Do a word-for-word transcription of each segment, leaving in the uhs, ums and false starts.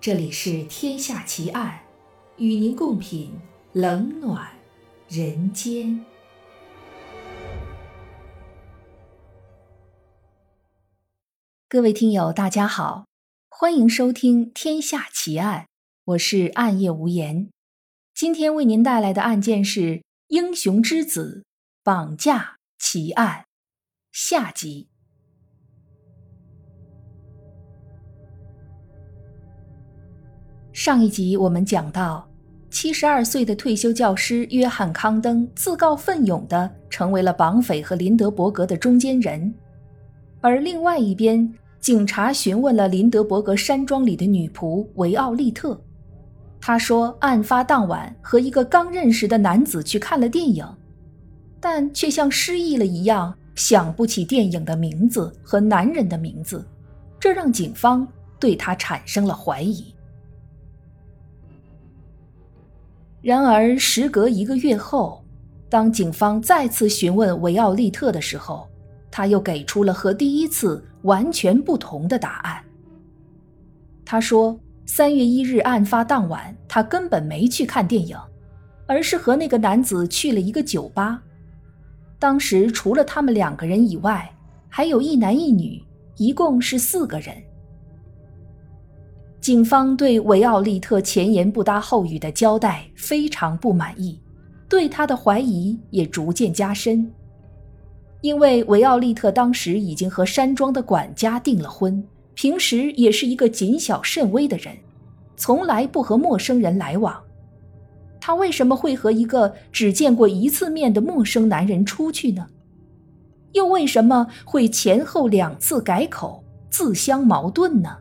这里是天下奇案，与您共品冷暖人间。各位听友大家好，欢迎收听天下奇案，我是暗夜无言。今天为您带来的案件是英雄之子绑架奇案下集。上一集我们讲到，七十二岁的退休教师约翰·康登自告奋勇地成为了绑匪和林德伯格的中间人，而另外一边，警察询问了林德伯格山庄里的女仆维奥利特。她说案发当晚和一个刚认识的男子去看了电影，但却像失忆了一样想不起电影的名字和男人的名字，这让警方对她产生了怀疑。然而时隔一个月后，当警方再次询问维奥利特的时候，他又给出了和第一次完全不同的答案。他说三月一日案发当晚，他根本没去看电影，而是和那个男子去了一个酒吧。当时除了他们两个人以外，还有一男一女，一共是四个人。警方对维奥利特前言不搭后语的交代非常不满意，对他的怀疑也逐渐加深。因为维奥利特当时已经和山庄的管家订了婚，平时也是一个谨小慎微的人，从来不和陌生人来往。他为什么会和一个只见过一次面的陌生男人出去呢？又为什么会前后两次改口，自相矛盾呢？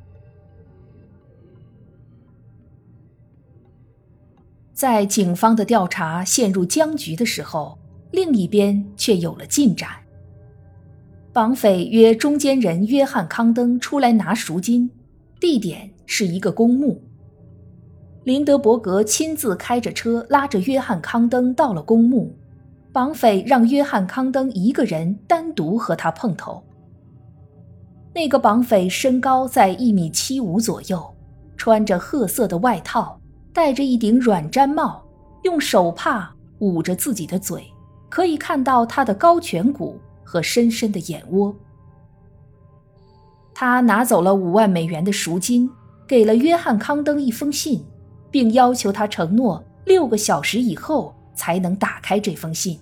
在警方的调查陷入僵局的时候，另一边却有了进展。绑匪约中间人约翰·康登出来拿赎金，地点是一个公墓。林德伯格亲自开着车拉着约翰·康登到了公墓，绑匪让约翰·康登一个人单独和他碰头。那个绑匪身高在一米七五左右，穿着褐色的外套，戴着一顶软毡帽，用手帕捂着自己的嘴，可以看到他的高颧骨和深深的眼窝。他拿走了五万美元的赎金，给了约翰·康登一封信，并要求他承诺六个小时以后才能打开这封信。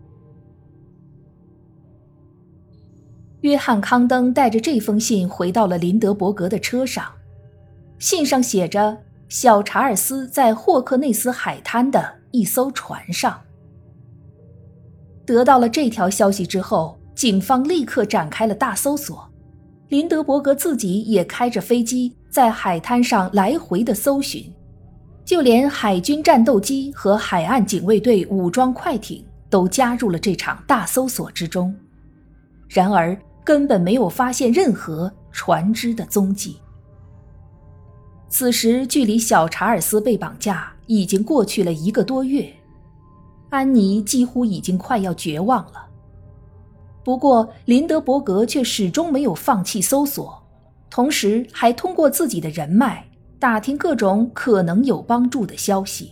约翰·康登带着这封信回到了林德伯格的车上，信上写着小查尔斯在霍克内斯海滩的一艘船上。得到了这条消息之后，警方立刻展开了大搜索。林德伯格自己也开着飞机在海滩上来回的搜寻，就连海军战斗机和海岸警卫队武装快艇都加入了这场大搜索之中。然而根本没有发现任何船只的踪迹。此时距离小查尔斯被绑架已经过去了一个多月，安妮几乎已经快要绝望了。不过林德伯格却始终没有放弃搜索，同时还通过自己的人脉打听各种可能有帮助的消息。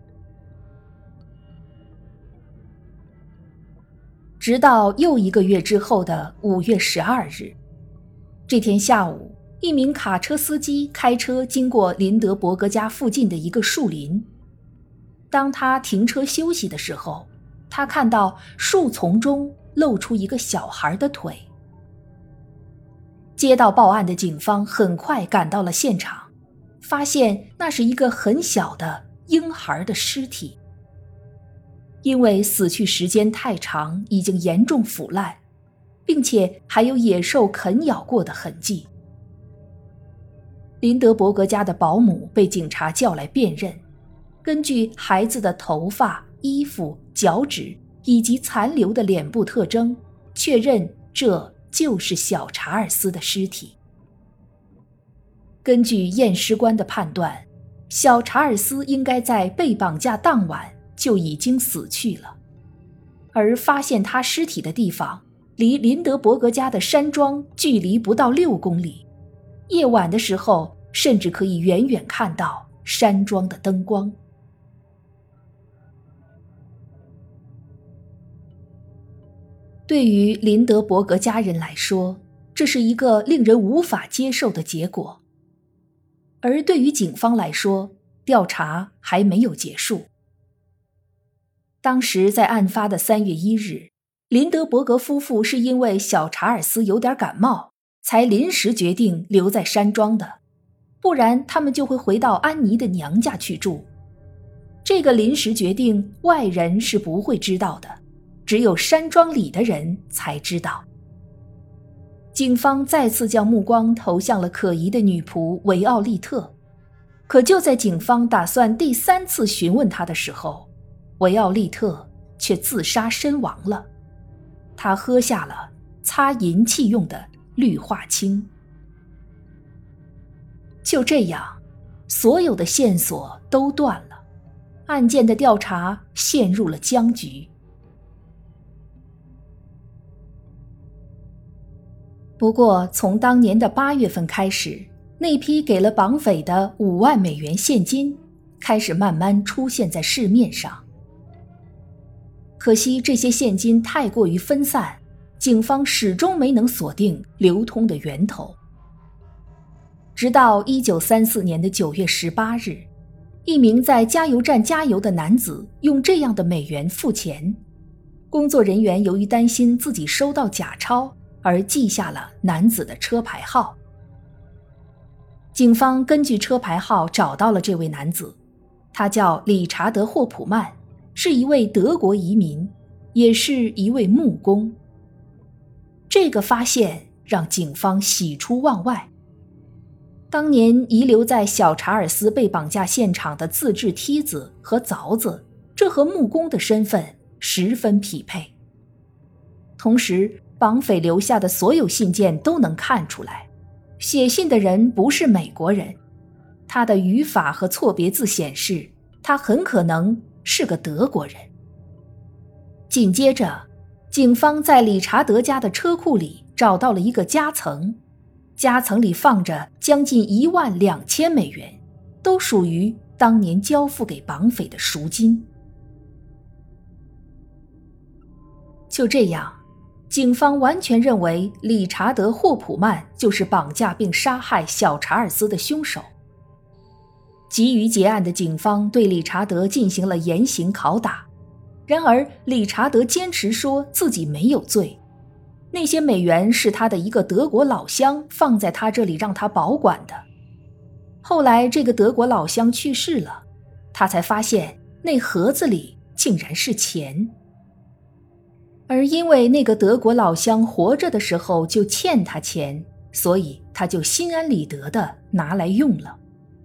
直到又一个月之后的五月十二日，这天下午，一名卡车司机开车经过林德伯格家附近的一个树林。当他停车休息的时候，他看到树丛中露出一个小孩的腿。接到报案的警方很快赶到了现场，发现那是一个很小的婴孩的尸体。因为死去时间太长，已经严重腐烂，并且还有野兽啃咬过的痕迹。林德伯格家的保姆被警察叫来辨认，根据孩子的头发、衣服、脚趾以及残留的脸部特征，确认这就是小查尔斯的尸体。根据验尸官的判断，小查尔斯应该在被绑架当晚就已经死去了，而发现他尸体的地方离林德伯格家的山庄距离不到六公里。夜晚的时候， 甚至可以远远看到山庄的灯光。对于林德伯格家人来说，这是一个令人无法接受的结果。而对于警方来说，调查还没有结束。当时在案发的三月一日，林德伯格夫妇是因为小查尔斯有点感冒，才临时决定留在山庄的，不然他们就会回到安妮的娘家去住。这个临时决定外人是不会知道的，只有山庄里的人才知道。警方再次将目光投向了可疑的女仆维奥利特，可就在警方打算第三次询问她的时候，维奥利特却自杀身亡了。她喝下了擦银器用的氯化氢。就这样，所有的线索都断了，案件的调查陷入了僵局。不过，从当年的八月份开始，那批给了绑匪的五万美元现金开始慢慢出现在市面上。可惜这些现金太过于分散，警方始终没能锁定流通的源头。直到一九三四年的九月十八日，一名在加油站加油的男子用这样的美元付钱，工作人员由于担心自己收到假钞，而记下了男子的车牌号。警方根据车牌号找到了这位男子，他叫理查德·霍普曼，是一位德国移民，也是一位木工。这个发现让警方喜出望外。当年遗留在小查尔斯被绑架现场的自制梯子和凿子，这和木工的身份十分匹配。同时，绑匪留下的所有信件都能看出来，写信的人不是美国人，他的语法和错别字显示他很可能是个德国人。紧接着，警方在理查德家的车库里找到了一个夹层，夹层里放着将近一万两千美元，都属于当年交付给绑匪的赎金。就这样，警方完全认为理查德·霍普曼就是绑架并杀害小查尔斯的凶手。急于结案的警方对理查德进行了严刑拷打，然而理查德坚持说自己没有罪，那些美元是他的一个德国老乡放在他这里让他保管的。后来这个德国老乡去世了，他才发现那盒子里竟然是钱。而因为那个德国老乡活着的时候就欠他钱，所以他就心安理得地拿来用了。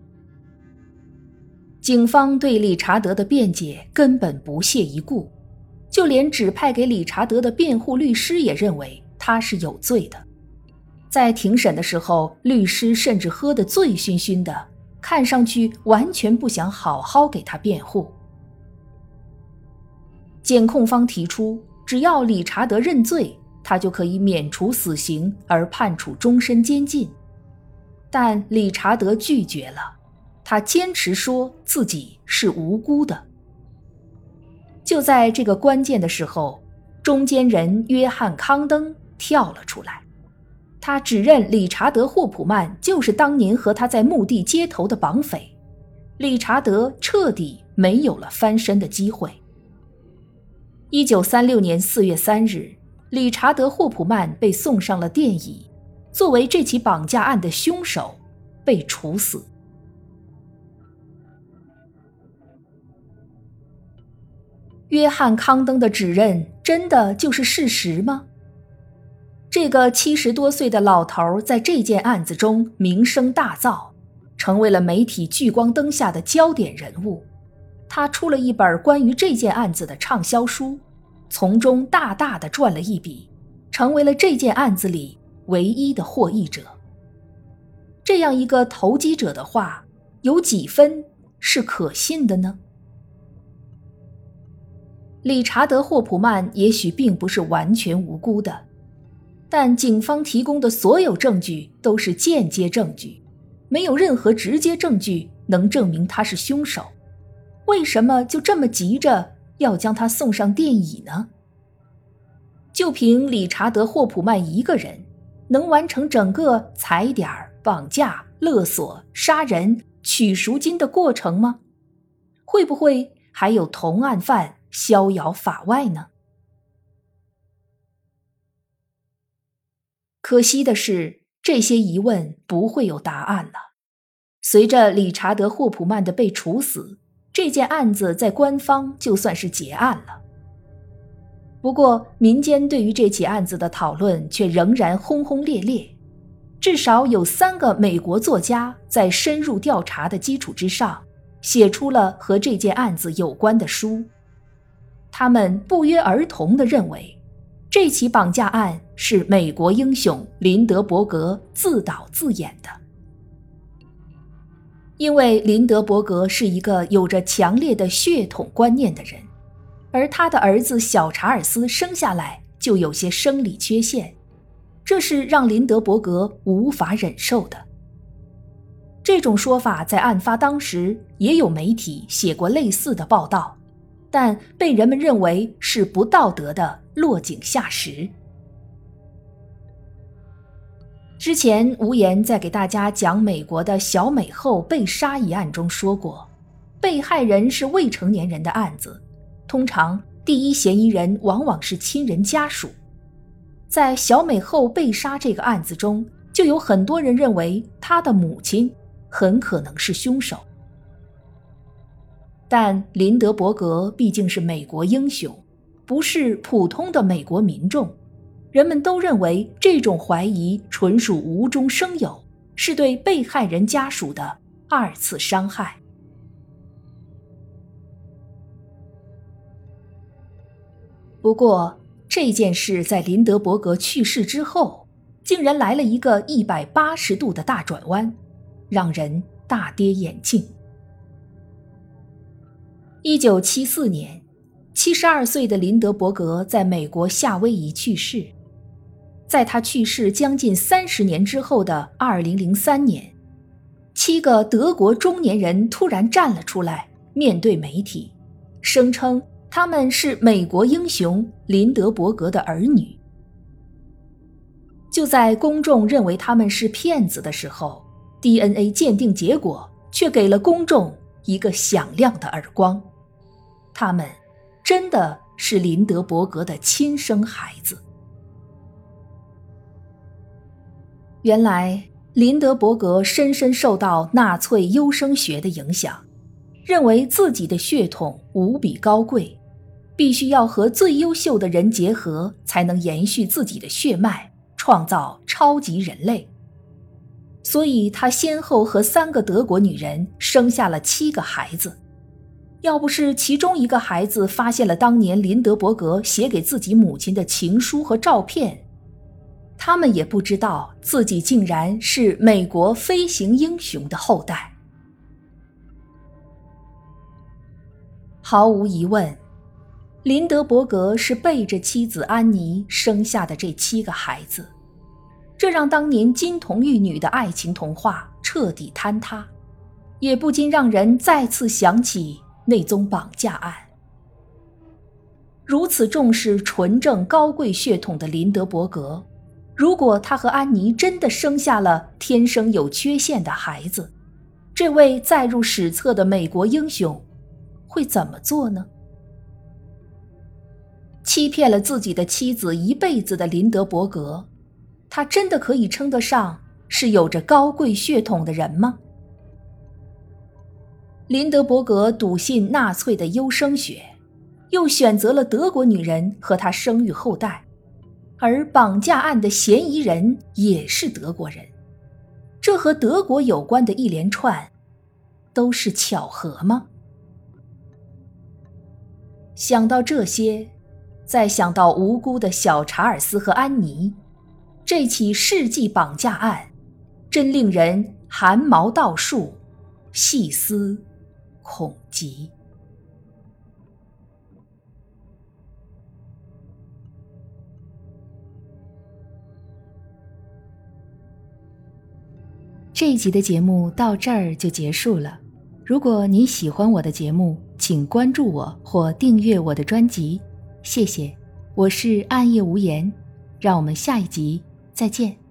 警方对理查德的辩解根本不屑一顾，就连指派给理查德的辩护律师也认为他是有罪的。在庭审的时候，律师甚至喝得醉醺醺的，看上去完全不想好好给他辩护。检控方提出，只要理查德认罪，他就可以免除死刑而判处终身监禁。但理查德拒绝了，他坚持说自己是无辜的。就在这个关键的时候，中间人约翰·康登跳了出来，他指认理查德·霍普曼就是当年和他在墓地接头的绑匪，理查德彻底没有了翻身的机会。一九三六年四月三日，理查德·霍普曼被送上了电椅，作为这起绑架案的凶手，被处死。约翰·康登的指认真的就是事实吗？这个七十多岁的老头在这件案子中名声大噪，成为了媒体聚光灯下的焦点人物。他出了一本关于这件案子的畅销书，从中大大的赚了一笔，成为了这件案子里唯一的获益者。这样一个投机者的话，有几分是可信的呢？理查德·霍普曼也许并不是完全无辜的，但警方提供的所有证据都是间接证据， 没有任何直接证据能证明他是凶手，为什么就这么急着要将他送上电椅呢？就凭理查德·霍普曼一个人，能完成整个踩点、绑架、勒索、杀人、取赎金的过程吗？会不会还有同案犯逍遥法外呢？可惜的是，这些疑问不会有答案了。随着理查德·霍普曼的被处死，这件案子在官方就算是结案了。不过，民间对于这起案子的讨论却仍然轰轰烈烈。至少有三个美国作家在深入调查的基础之上，写出了和这件案子有关的书。他们不约而同地认为，这起绑架案是美国英雄林德伯格自导自演的。因为林德伯格是一个有着强烈的血统观念的人，而他的儿子小查尔斯生下来就有些生理缺陷，这是让林德伯格无法忍受的。这种说法在案发当时也有媒体写过类似的报道，但被人们认为是不道德的落井下石。之前无言在给大家讲美国的小美后被杀一案中说过，被害人是未成年人的案子，通常第一嫌疑人往往是亲人家属。在小美后被杀这个案子中，就有很多人认为她的母亲很可能是凶手。但林德伯格毕竟是美国英雄，不是普通的美国民众，人们都认为这种怀疑纯属无中生有，是对被害人家属的二次伤害。不过，这件事在林德伯格去世之后，竟然来了一个一百八十度的大转弯，让人大跌眼镜。一九七四年，七十二岁的林德伯格在美国夏威夷去世。在他去世将近三十年之后的二零零三年，七个德国中年人突然站了出来，面对媒体，声称他们是美国英雄林德伯格的儿女。就在公众认为他们是骗子的时候， D N A 鉴定结果却给了公众一个响亮的耳光，他们真的是林德伯格的亲生孩子。原来林德伯格深深受到纳粹优生学的影响，认为自己的血统无比高贵，必须要和最优秀的人结合，才能延续自己的血脉，创造超级人类。所以他先后和三个德国女人生下了七个孩子。要不是其中一个孩子发现了当年林德伯格写给自己母亲的情书和照片，他们也不知道自己竟然是美国飞行英雄的后代。毫无疑问，林德伯格是背着妻子安妮生下的这七个孩子，这让当年金童玉女的爱情童话彻底坍塌，也不禁让人再次想起那宗绑架案。如此重视纯正高贵血统的林德伯格，如果他和安妮真的生下了天生有缺陷的孩子，这位载入史册的美国英雄会怎么做呢？欺骗了自己的妻子一辈子的林德伯格，他真的可以称得上是有着高贵血统的人吗？林德伯格笃信纳粹的优生学，又选择了德国女人和他生育后代，而绑架案的嫌疑人也是德国人，这和德国有关的一连串都是巧合吗？想到这些，再想到无辜的小查尔斯和安妮，这起世纪绑架案真令人寒毛倒竖，细思恐极。 这一集的节目到这儿就结束了。如果你喜欢我的节目，请关注我或订阅我的专辑，谢谢。我是暗夜无言，让我们下一集再见。